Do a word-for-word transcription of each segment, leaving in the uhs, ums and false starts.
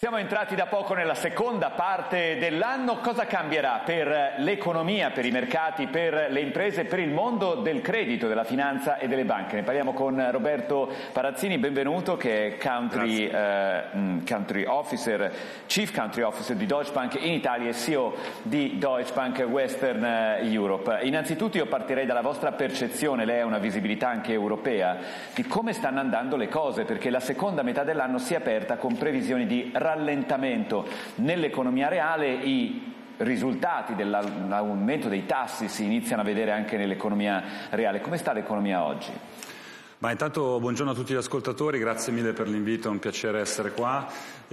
Siamo entrati da poco nella seconda parte dell'anno. Cosa cambierà per l'economia, per i mercati, per le imprese, per il mondo del credito, della finanza e delle banche? Ne parliamo con Roberto Parazzini, benvenuto, che è Country, uh, country Officer, Chief Country Officer di Deutsche Bank in Italia e C E O di Deutsche Bank Western Europe. Innanzitutto io partirei dalla vostra percezione, lei ha una visibilità anche europea, di come stanno andando le cose, perché la seconda metà dell'anno si è aperta con previsioni di rallentamento nell'economia reale. I risultati dell'aumento dei tassi si iniziano a vedere anche nell'economia reale. Come sta l'economia oggi? Ma intanto buongiorno a tutti gli ascoltatori, grazie mille per l'invito, è un piacere essere qua.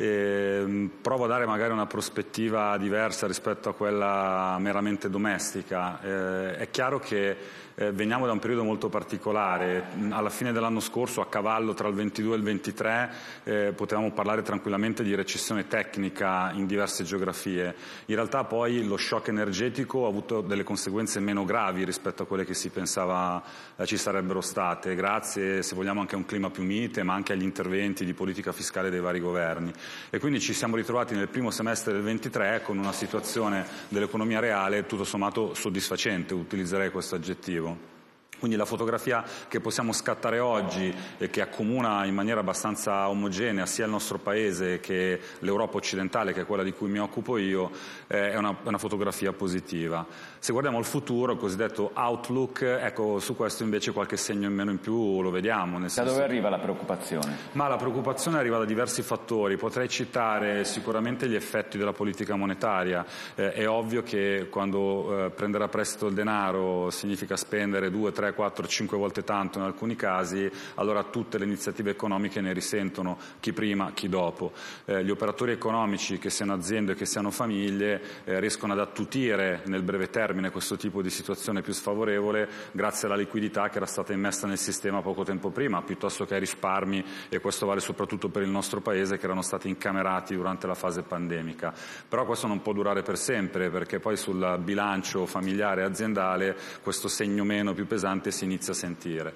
E provo a dare magari una prospettiva diversa rispetto a quella meramente domestica. Eh, è chiaro che eh, veniamo da un periodo molto particolare. Alla fine dell'anno scorso, a cavallo tra il ventidue e il ventitré, eh, potevamo parlare tranquillamente di recessione tecnica in diverse geografie. In realtà poi lo shock energetico ha avuto delle conseguenze meno gravi rispetto a quelle che si pensava eh, ci sarebbero state, grazie, se vogliamo, anche a un clima più mite, ma anche agli interventi di politica fiscale dei vari governi. E quindi ci siamo ritrovati nel primo semestre del ventitré con una situazione dell'economia reale tutto sommato soddisfacente, utilizzerei questo aggettivo. Quindi la fotografia che possiamo scattare oggi e che accomuna in maniera abbastanza omogenea sia il nostro Paese che l'Europa occidentale, che è quella di cui mi occupo io, eh, è, una, è una fotografia positiva. Se guardiamo al futuro, il cosiddetto outlook, ecco, su questo invece qualche segno in meno in più lo vediamo. Nel senso... Da dove arriva la preoccupazione? Ma la preoccupazione arriva da diversi fattori. Potrei citare sicuramente gli effetti della politica monetaria. Eh, è ovvio che quando eh, prenderà prestito il denaro significa spendere due, tre, quattro, cinque volte tanto in alcuni casi, allora tutte le iniziative economiche ne risentono, chi prima, chi dopo. Eh, gli operatori economici, che siano aziende, che siano famiglie, eh, riescono ad attutire nel breve termine questo tipo di situazione più sfavorevole grazie alla liquidità che era stata immessa nel sistema poco tempo prima, piuttosto che ai risparmi, e questo vale soprattutto per il nostro Paese, che erano stati incamerati durante la fase pandemica. Però questo non può durare per sempre, perché poi sul bilancio familiare e aziendale questo segno meno più pesante si inizia a sentire.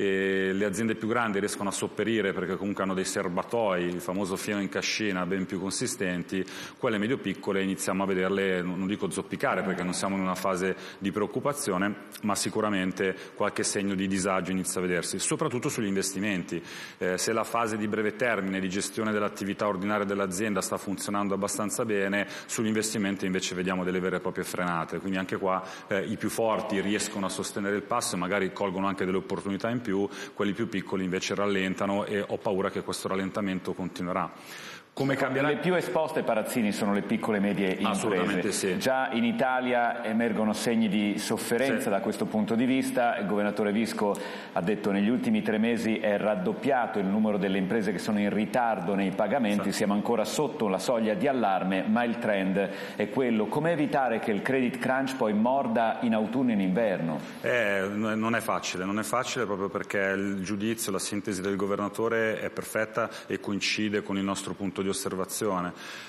E le aziende più grandi riescono a sopperire perché comunque hanno dei serbatoi, il famoso fieno in cascina, ben più consistenti. Quelle medio-piccole iniziamo a vederle, non dico zoppicare perché non siamo in una fase di preoccupazione, ma sicuramente qualche segno di disagio inizia a vedersi, soprattutto sugli investimenti. Eh, se la fase di breve termine di gestione dell'attività ordinaria dell'azienda sta funzionando abbastanza bene, sugli investimenti invece vediamo delle vere e proprie frenate. Quindi anche qua eh, i più forti riescono a sostenere il passo, magari colgono anche delle opportunità in più, quelli più piccoli invece rallentano, e ho paura che questo rallentamento continuerà. Come cambierà? Le più esposte, Parazzini, sono le piccole e medie imprese. Assolutamente sì. Già in Italia emergono segni di sofferenza sì. Da questo punto di vista. Il governatore Visco ha detto che negli ultimi tre mesi è raddoppiato il numero delle imprese che sono in ritardo nei pagamenti. Sì. Siamo ancora sotto la soglia di allarme, ma il trend è quello. Come evitare che il credit crunch poi morda in autunno e in inverno? Eh, non è facile, non è facile proprio perché il giudizio, la sintesi del governatore è perfetta e coincide con il nostro punto di di osservazione.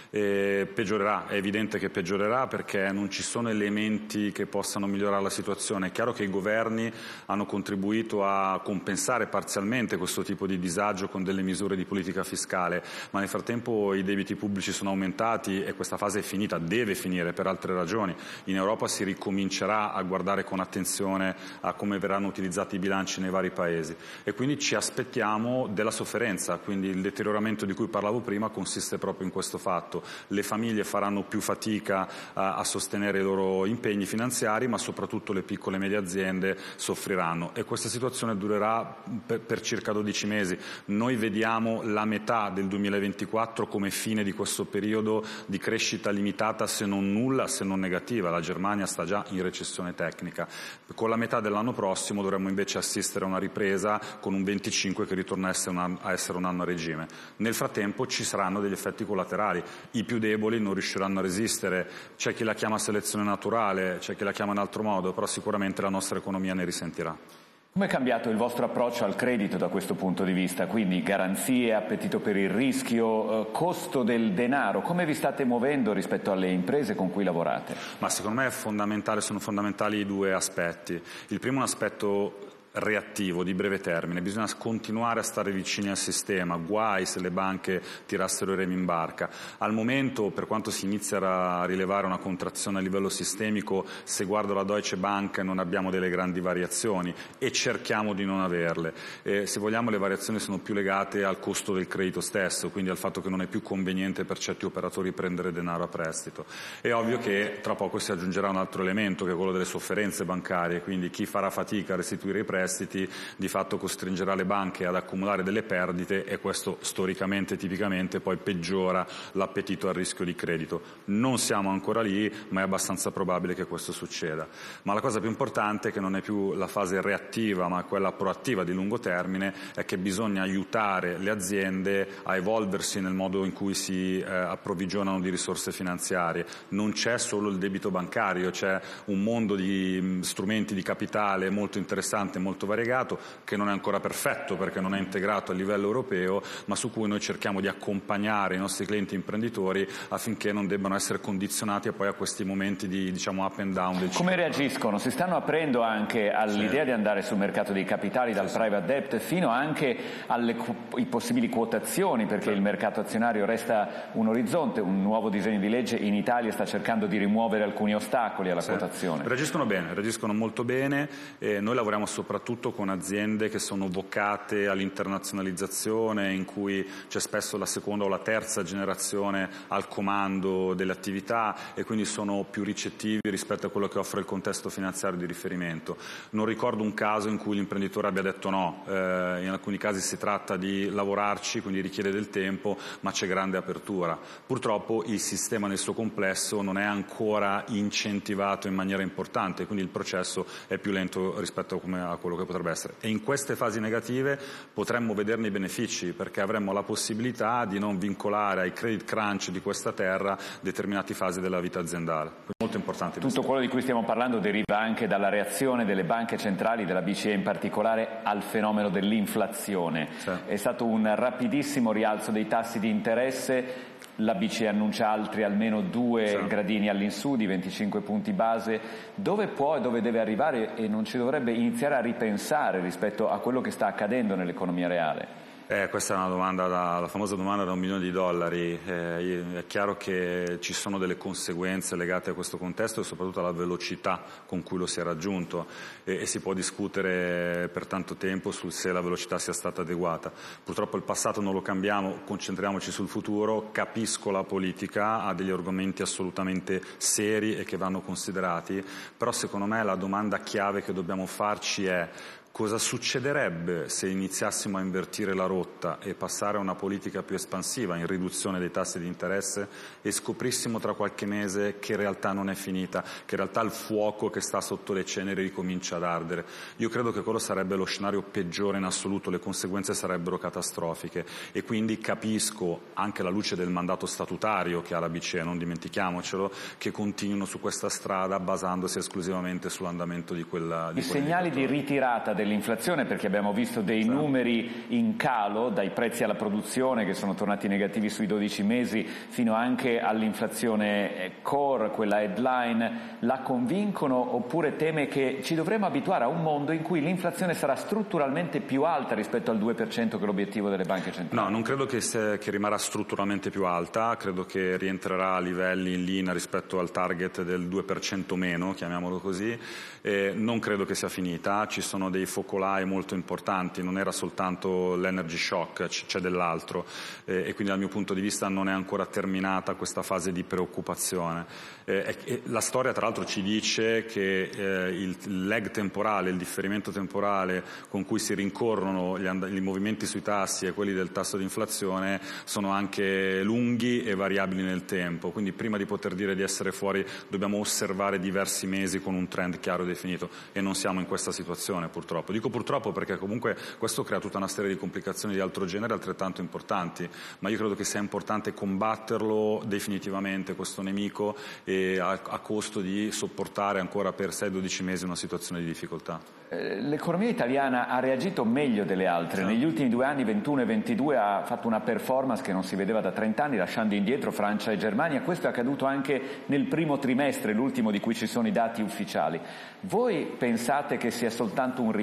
E peggiorerà, è evidente che peggiorerà perché non ci sono elementi che possano migliorare la situazione. È chiaro che i governi hanno contribuito a compensare parzialmente questo tipo di disagio con delle misure di politica fiscale, ma nel frattempo i debiti pubblici sono aumentati e questa fase è finita, deve finire per altre ragioni. In Europa si ricomincerà a guardare con attenzione a come verranno utilizzati i bilanci nei vari paesi e quindi ci aspettiamo della sofferenza, quindi il deterioramento di cui parlavo prima consiste proprio in questo fatto. Le famiglie faranno più fatica a, a sostenere i loro impegni finanziari, ma soprattutto le piccole e medie aziende soffriranno e questa situazione durerà per, per circa dodici mesi. Noi vediamo la metà del duemilaventiquattro come fine di questo periodo di crescita limitata, se non nulla, se non negativa. La Germania sta già in recessione tecnica. Con la metà dell'anno prossimo dovremmo invece assistere a una ripresa con un venticinque che ritorna a essere un anno, a essere un anno a regime. Nel frattempo ci saranno degli effetti collaterali, i più deboli non riusciranno a resistere, c'è chi la chiama selezione naturale, c'è chi la chiama in altro modo, però sicuramente la nostra economia ne risentirà. Come è cambiato il vostro approccio al credito da questo punto di vista? Quindi garanzie, appetito per il rischio, eh, costo del denaro, come vi state muovendo rispetto alle imprese con cui lavorate? Ma secondo me è fondamentale, sono fondamentali i due aspetti. Il primo è un aspetto reattivo, di breve termine, bisogna continuare a stare vicini al sistema, guai se le banche tirassero i remi in barca. Al momento, per quanto si inizia a rilevare una contrazione a livello sistemico, se guardo la Deutsche Bank non abbiamo delle grandi variazioni e cerchiamo di non averle. Eh, se vogliamo, le variazioni sono più legate al costo del credito stesso, quindi al fatto che non è più conveniente per certi operatori prendere denaro a prestito. È ovvio che tra poco si aggiungerà un altro elemento, che è quello delle sofferenze bancarie, quindi chi farà fatica a restituire i prestiti di fatto costringerà le banche ad accumulare delle perdite e questo storicamente, tipicamente, poi peggiora l'appetito al rischio di credito. Non siamo ancora lì, ma è abbastanza probabile che questo succeda. Ma la cosa più importante è che non è più la fase reattiva, ma quella proattiva di lungo termine, è che bisogna aiutare le aziende a evolversi nel modo in cui si eh, approvvigionano di risorse finanziarie. Non c'è solo il debito bancario, c'è un mondo di mh, strumenti di capitale molto interessante, molto variegato, che non è ancora perfetto perché non è integrato a livello europeo, ma su cui noi cerchiamo di accompagnare i nostri clienti imprenditori affinché non debbano essere condizionati poi a questi momenti di, diciamo, up and down del Come reagiscono? Si stanno aprendo anche all'idea sì. di andare sul mercato dei capitali, dal sì, private debt fino anche alle possibili quotazioni, perché sì. il mercato azionario resta un orizzonte. Un nuovo disegno di legge in Italia sta cercando di rimuovere alcuni ostacoli alla sì. quotazione. Reagiscono bene, reagiscono molto bene. Eh, noi lavoriamo soprattutto con aziende che sono vocate all'internazionalizzazione, in cui c'è spesso la seconda o la terza generazione al comando delle attività e quindi sono più ricettivi rispetto a quello che offre il contesto finanziario di riferimento. Non ricordo un caso in cui l'imprenditore abbia detto no, eh, in alcuni casi si tratta di lavorarci, quindi richiede del tempo, ma c'è grande apertura. Purtroppo il sistema nel suo complesso non è ancora incentivato in maniera importante, quindi il processo è più lento rispetto a, come, a quello che potrebbe essere. E in queste fasi negative potremmo vederne i benefici, perché avremmo la possibilità di non vincolare ai credit crunch di questa terra determinate fasi della vita aziendale. Quindi molto importante. Tutto quello di cui stiamo parlando deriva anche dalla reazione delle banche centrali, della B C E in particolare, al fenomeno dell'inflazione. Sì. È stato un rapidissimo rialzo dei tassi di interesse. La B C E annuncia altri almeno due sì. gradini all'insù di venticinque punti base. Dove può e dove deve arrivare, e non ci dovrebbe iniziare a ripensare rispetto a quello che sta accadendo nell'economia reale? Eh, questa è una domanda, da, la famosa domanda da un milione di dollari. Eh, è chiaro che ci sono delle conseguenze legate a questo contesto e soprattutto alla velocità con cui lo si è raggiunto e, e si può discutere per tanto tempo su se la velocità sia stata adeguata. Purtroppo il passato non lo cambiamo, concentriamoci sul futuro. Capisco la politica, ha degli argomenti assolutamente seri e che vanno considerati, però secondo me la domanda chiave che dobbiamo farci è: cosa succederebbe se iniziassimo a invertire la rotta e passare a una politica più espansiva in riduzione dei tassi di interesse e scoprissimo tra qualche mese che in realtà non è finita, che in realtà il fuoco che sta sotto le ceneri ricomincia ad ardere? Io credo che quello sarebbe lo scenario peggiore in assoluto, le conseguenze sarebbero catastrofiche e quindi capisco, anche alla luce del mandato statutario che ha la B C E, non dimentichiamocelo, che continuino su questa strada basandosi esclusivamente sull'andamento di quella di I segnali di ritirata del dell'inflazione, perché abbiamo visto dei sì. numeri in calo, dai prezzi alla produzione che sono tornati negativi sui dodici mesi fino anche all'inflazione core, quella headline. La convincono oppure teme che ci dovremo abituare a un mondo in cui l'inflazione sarà strutturalmente più alta rispetto al due per cento che è l'obiettivo delle banche centrali? No, non credo che, se, che rimarrà strutturalmente più alta, credo che rientrerà a livelli in linea rispetto al target del due per cento meno, chiamiamolo così. Eh, non credo che sia finita, ci sono dei focolai molto importanti, non era soltanto l'energy shock, c'è dell'altro eh, e quindi dal mio punto di vista non è ancora terminata questa fase di preoccupazione. Eh, e la storia tra l'altro ci dice che eh, il lag temporale, il differimento temporale con cui si rincorrono gli, and- i movimenti sui tassi e quelli del tasso di inflazione sono anche lunghi e variabili nel tempo, quindi prima di poter dire di essere fuori dobbiamo osservare diversi mesi con un trend chiaro e definito e non siamo in questa situazione purtroppo. Dico purtroppo perché comunque questo crea tutta una serie di complicazioni di altro genere altrettanto importanti, ma io credo che sia importante combatterlo definitivamente questo nemico e a, a costo di sopportare ancora per sei dodici mesi una situazione di difficoltà. L'economia italiana ha reagito meglio delle altre. Negli ultimi due anni, ventuno e ventidue, ha fatto una performance che non si vedeva da trenta anni, lasciando indietro Francia e Germania. Questo è accaduto anche nel primo trimestre, l'ultimo di cui ci sono i dati ufficiali. Voi pensate che sia soltanto un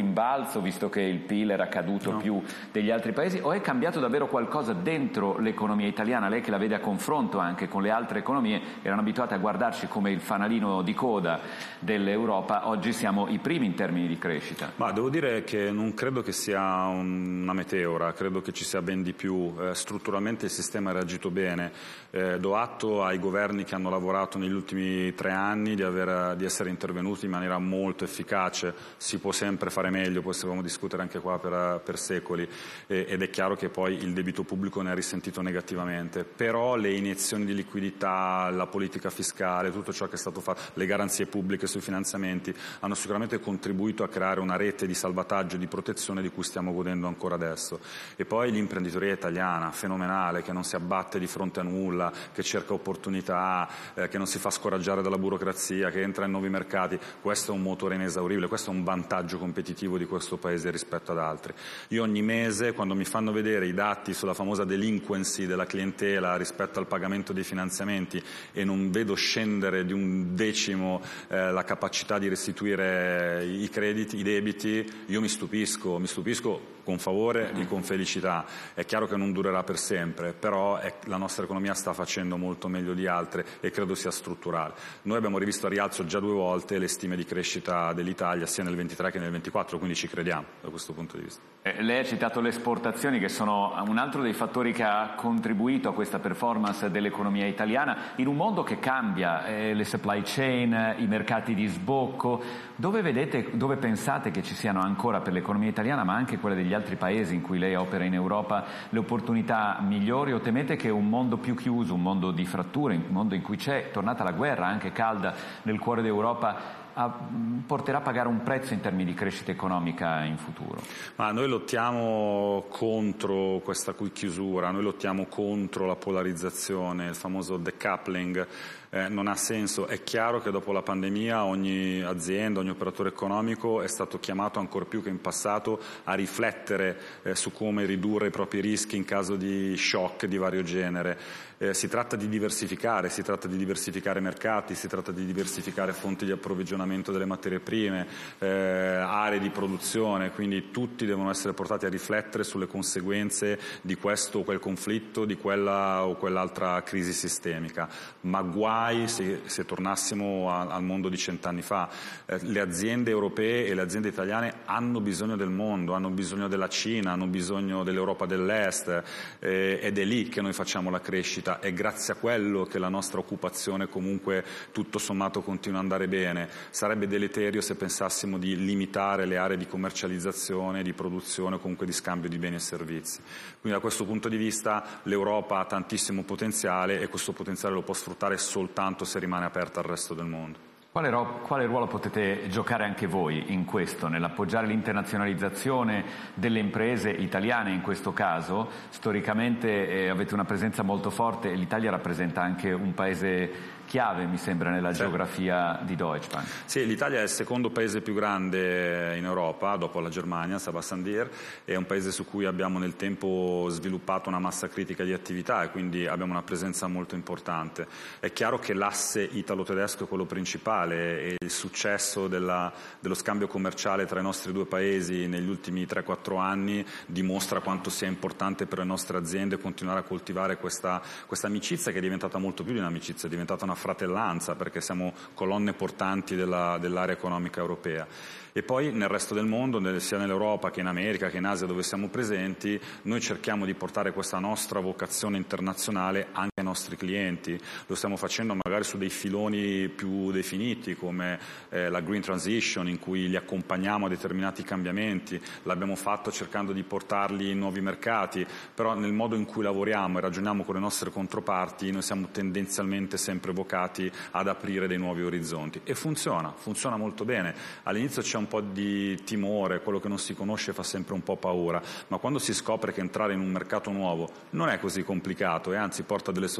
rimbalzo visto che il P I L era caduto no. più degli altri paesi, o è cambiato davvero qualcosa dentro l'economia italiana? Lei che la vede a confronto anche con le altre economie, erano abituate a guardarci come il fanalino di coda dell'Europa, oggi siamo i primi in termini di crescita. Ma devo dire che non credo che sia una meteora, credo che ci sia ben di più. Eh, strutturalmente il sistema ha reagito bene. Eh, do atto ai governi che hanno lavorato negli ultimi tre anni di, aver, di essere intervenuti in maniera molto efficace. Si può sempre fare meglio, possiamo discutere anche qua per, per secoli, eh, ed è chiaro che poi il debito pubblico ne ha risentito negativamente, però le iniezioni di liquidità, la politica fiscale, tutto ciò che è stato fatto, le garanzie pubbliche sui finanziamenti hanno sicuramente contribuito a creare una rete di salvataggio e di protezione di cui stiamo godendo ancora adesso. E poi l'imprenditoria italiana, fenomenale, che non si abbatte di fronte a nulla, che cerca opportunità, eh, che non si fa scoraggiare dalla burocrazia, che entra in nuovi mercati. Questo è un motore inesauribile, questo è un vantaggio competitivo di questo Paese rispetto ad altri. Io ogni mese, quando mi fanno vedere i dati sulla famosa delinquency della clientela rispetto al pagamento dei finanziamenti e non vedo scendere di un decimo eh, la capacità di restituire i crediti, i debiti, io mi stupisco, mi stupisco con favore e con felicità. È chiaro che non durerà per sempre, però è, la nostra economia sta facendo molto meglio di altre e credo sia strutturale. Noi abbiamo rivisto a rialzo già due volte le stime di crescita dell'Italia, sia nel ventitré che nel ventiquattro, quindi ci crediamo da questo punto di vista. Eh, lei ha citato le esportazioni, che sono un altro dei fattori che ha contribuito a questa performance dell'economia italiana in un mondo che cambia, eh, le supply chain, i mercati di sbocco. Dove vedete, dove pensate che ci siano ancora per l'economia italiana, ma anche quelle degli altri paesi in cui lei opera in Europa, le opportunità migliori, o temete che un mondo più chiuso, un mondo di fratture, un mondo in cui c'è tornata la guerra anche calda nel cuore d'Europa, A, porterà a pagare un prezzo in termini di crescita economica in futuro? Ma noi lottiamo contro questa qui chiusura, noi lottiamo contro la polarizzazione, il famoso decoupling. Eh, non ha senso. È chiaro che dopo la pandemia ogni azienda, ogni operatore economico è stato chiamato ancor più che in passato a riflettere eh, su come ridurre i propri rischi in caso di shock di vario genere. Eh, si tratta di diversificare, si tratta di diversificare mercati, si tratta di diversificare fonti di approvvigionamento delle materie prime, eh, aree di produzione, quindi tutti devono essere portati a riflettere sulle conseguenze di questo o quel conflitto, di quella o quell'altra crisi sistemica. Ma guai se, se tornassimo a, al mondo di cent'anni fa. Eh, le aziende europee e le aziende italiane hanno bisogno del mondo, hanno bisogno della Cina, hanno bisogno dell'Europa dell'Est, eh, ed è lì che noi facciamo la crescita. È grazie a quello che la nostra occupazione comunque tutto sommato continua ad andare bene. Sarebbe deleterio se pensassimo di limitare le aree di commercializzazione, di produzione o comunque di scambio di beni e servizi. Quindi da questo punto di vista l'Europa ha tantissimo potenziale e questo potenziale lo può sfruttare soltanto se rimane aperta al resto del mondo. Quale, ro- quale ruolo potete giocare anche voi in questo, nell'appoggiare l'internazionalizzazione delle imprese italiane in questo caso? Storicamente eh, avete una presenza molto forte e l'Italia rappresenta anche un paese chiave, mi sembra, nella sì. geografia di Deutsche Bank. Sì, l'Italia è il secondo paese più grande in Europa, dopo la Germania, ça va sans dire, è un paese su cui abbiamo nel tempo sviluppato una massa critica di attività e quindi abbiamo una presenza molto importante. È chiaro che l'asse italo-tedesco è quello principale e il successo della, dello scambio commerciale tra i nostri due paesi negli ultimi tre quattro anni dimostra quanto sia importante per le nostre aziende continuare a coltivare questa, questa amicizia, che è diventata molto più di un'amicizia, è diventata una fratellanza, perché siamo colonne portanti della, dell'area economica europea. E poi nel resto del mondo, sia nell'Europa che in America che in Asia dove siamo presenti, noi cerchiamo di portare questa nostra vocazione internazionale anche ai nostri clienti. Lo stiamo facendo magari su dei filoni più definiti come eh, la green transition, in cui li accompagniamo a determinati cambiamenti. L'abbiamo fatto cercando di portarli in nuovi mercati, però nel modo in cui lavoriamo e ragioniamo con le nostre controparti noi siamo tendenzialmente sempre vocati ad aprire dei nuovi orizzonti. E funziona, funziona molto bene. All'inizio c'è un po' di timore, quello che non si conosce fa sempre un po' paura, ma quando si scopre che entrare in un mercato nuovo non è così complicato e anzi porta delle soddisfazioni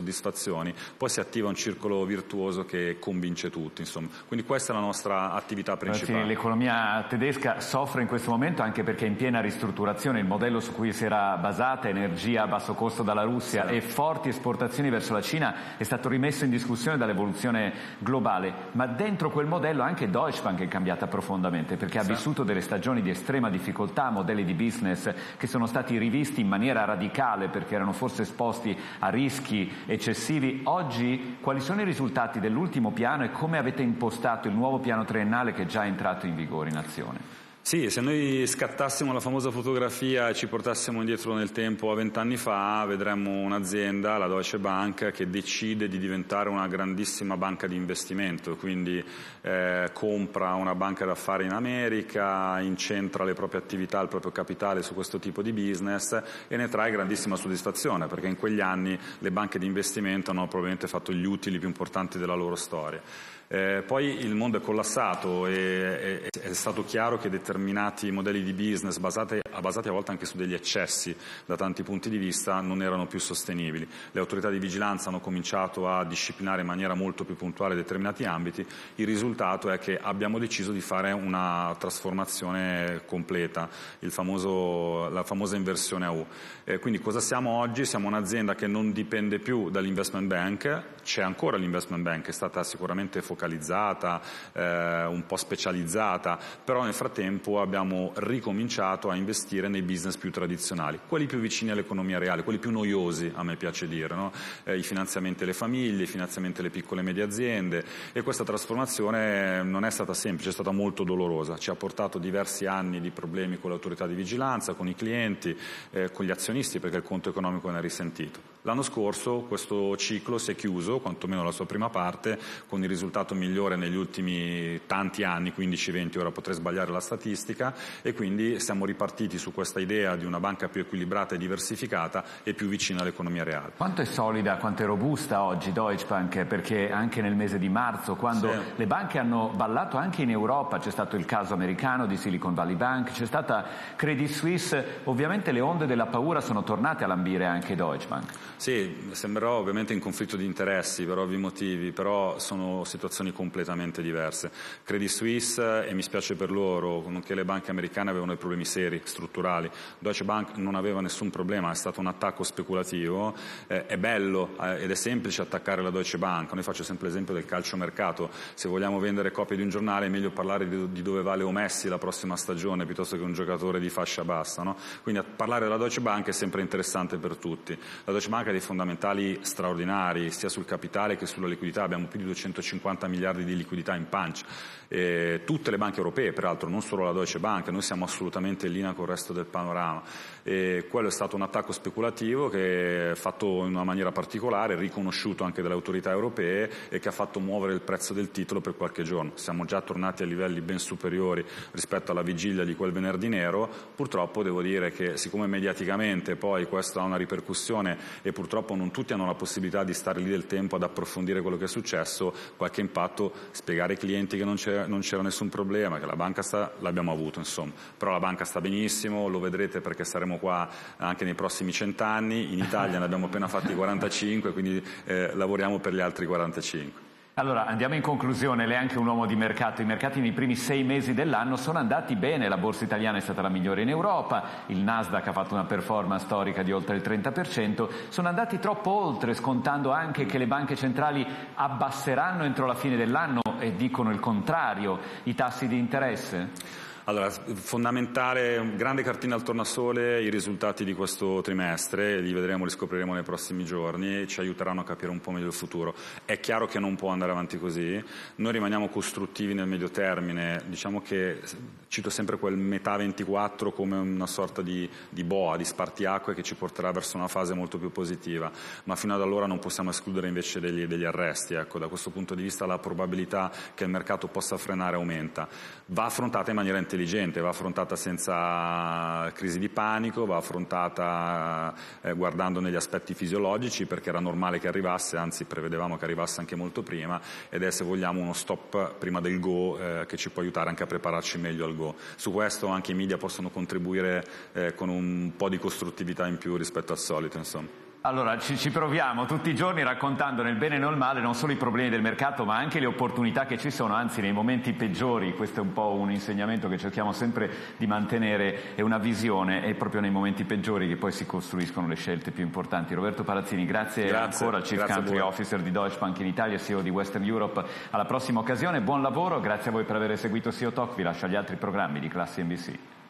soddisfazioni, poi si attiva un circolo virtuoso che convince tutti, insomma. Quindi questa è la nostra attività principale. Sì, l'economia tedesca soffre in questo momento anche perché è in piena ristrutturazione. Il modello su cui si era basata, energia a basso costo dalla Russia, sì, e forti esportazioni verso la Cina, è stato rimesso in discussione dall'evoluzione globale. Ma dentro quel modello anche Deutsche Bank è cambiata profondamente, perché ha sì. vissuto delle stagioni di estrema difficoltà, modelli di business che sono stati rivisti in maniera radicale perché erano forse esposti a rischi eccessivi. Oggi quali sono i risultati dell'ultimo piano e come avete impostato il nuovo piano triennale che è già entrato in vigore in azione? Sì, se noi scattassimo la famosa fotografia e ci portassimo indietro nel tempo a vent'anni fa, vedremmo un'azienda, la Deutsche Bank, che decide di diventare una grandissima banca di investimento, quindi eh, compra una banca d'affari in America, incentra le proprie attività, il proprio capitale su questo tipo di business e ne trae grandissima soddisfazione, perché in quegli anni le banche di investimento hanno probabilmente fatto gli utili più importanti della loro storia. Eh, poi il mondo è collassato e è, è stato chiaro che determinati modelli di business basati, basati a volte anche su degli eccessi da tanti punti di vista non erano più sostenibili. Le autorità di vigilanza hanno cominciato a disciplinare in maniera molto più puntuale determinati ambiti. Il risultato è che abbiamo deciso di fare una trasformazione completa, il famoso, la famosa inversione a U. Eh, quindi cosa siamo oggi? Siamo un'azienda che non dipende più dall'investment bank, c'è ancora l'investment bank, è stata sicuramente focalizzata, eh, un po' specializzata, però nel frattempo abbiamo ricominciato a investire nei business più tradizionali, quelli più vicini all'economia reale, quelli più noiosi, a me piace dire, no? eh, i finanziamenti alle famiglie, i finanziamenti alle piccole e medie aziende, e questa trasformazione non è stata semplice, è stata molto dolorosa, ci ha portato diversi anni di problemi con l'autorità di vigilanza, con i clienti, eh, con gli azionisti, perché il conto economico ne ha risentito. L'anno scorso questo ciclo si è chiuso, quantomeno la sua prima parte, con il risultato migliore negli ultimi tanti anni, quindici venti, ora potrei sbagliare la statistica, e quindi siamo ripartiti su questa idea di una banca più equilibrata e diversificata e più vicina all'economia reale. Quanto è solida, quanto è robusta oggi Deutsche Bank? Perché anche nel mese di marzo, quando sì. le banche hanno ballato anche in Europa, c'è stato il caso americano di Silicon Valley Bank, c'è stata Credit Suisse, ovviamente le onde della paura sono tornate a lambire anche Deutsche Bank. Sì, sembrerò ovviamente in conflitto di interessi per ovvi motivi, però sono situazioni completamente diverse. Credit Suisse, e mi spiace per loro, nonché le banche americane avevano dei problemi seri, strutturali. Deutsche Bank non aveva nessun problema, è stato un attacco speculativo. Eh, è bello eh, ed è semplice attaccare la Deutsche Bank. Noi faccio sempre l'esempio del calciomercato. Se vogliamo vendere copie di un giornale è meglio parlare di, di dove va Leo Messi la prossima stagione piuttosto che un giocatore di fascia bassa, no? Quindi a parlare della Deutsche Bank è sempre interessante per tutti. La Deutsche Bank ha dei fondamentali straordinari, sia sul capitale che sulla liquidità. Abbiamo più di duecentocinquanta miliardi di liquidità in pancia. Eh, tutte le banche europee, peraltro, non solo la Deutsche Bank, noi siamo assolutamente in linea con il resto del panorama. E quello è stato un attacco speculativo che è fatto in una maniera particolare, riconosciuto anche dalle autorità europee, e che ha fatto muovere il prezzo del titolo per qualche giorno. Siamo già tornati a livelli ben superiori rispetto alla vigilia di quel venerdì nero. Purtroppo devo dire che, siccome mediaticamente poi questo ha una ripercussione e purtroppo non tutti hanno la possibilità di stare lì del tempo ad approfondire quello che è successo, qualche impatto, spiegare ai clienti che non c'era, non c'era nessun problema, che la banca sta, l'abbiamo avuto, insomma. Però la banca sta benissimo, lo vedrete perché saremo qua anche nei prossimi cent'anni. In Italia ne abbiamo appena fatti quarantacinque, quindi eh, lavoriamo per gli altri quarantacinque. Allora, andiamo in conclusione. Lei è anche un uomo di mercato. I mercati nei primi sei mesi dell'anno sono andati bene, la borsa italiana è stata la migliore in Europa, il Nasdaq ha fatto una performance storica di oltre il trenta per cento, sono andati troppo oltre, scontando anche che le banche centrali abbasseranno entro la fine dell'anno e dicono il contrario i tassi di interesse? Allora, fondamentale, grande cartina al tornasole i risultati di questo trimestre, li vedremo, li scopriremo nei prossimi giorni e ci aiuteranno a capire un po' meglio il futuro. È chiaro che non può andare avanti così, noi rimaniamo costruttivi nel medio termine, diciamo che cito sempre quel metà ventiquattro come una sorta di, di boa, di spartiacque che ci porterà verso una fase molto più positiva, ma fino ad allora non possiamo escludere invece degli, degli arresti. Ecco, da questo punto di vista la probabilità che il mercato possa frenare aumenta. Va affrontata in maniera intelligente, va affrontata senza crisi di panico, va affrontata eh, guardando negli aspetti fisiologici, perché era normale che arrivasse, anzi prevedevamo che arrivasse anche molto prima, ed è, se vogliamo, uno stop prima del go eh, che ci può aiutare anche a prepararci meglio al go. Su questo anche i media possono contribuire eh, con un po' di costruttività in più rispetto al solito, insomma. Allora, ci, ci proviamo tutti i giorni raccontando nel bene e nel male non solo i problemi del mercato ma anche le opportunità che ci sono, anzi nei momenti peggiori. Questo è un po' un insegnamento che cerchiamo sempre di mantenere, è una visione, è proprio nei momenti peggiori che poi si costruiscono le scelte più importanti. Roberto Palazzini, grazie, grazie ancora, Chief Country Officer di Deutsche Bank in Italia, C E O di Western Europe. Alla prossima occasione, buon lavoro, grazie a voi per aver seguito C E O Talk, vi lascio agli altri programmi di Classe N B C.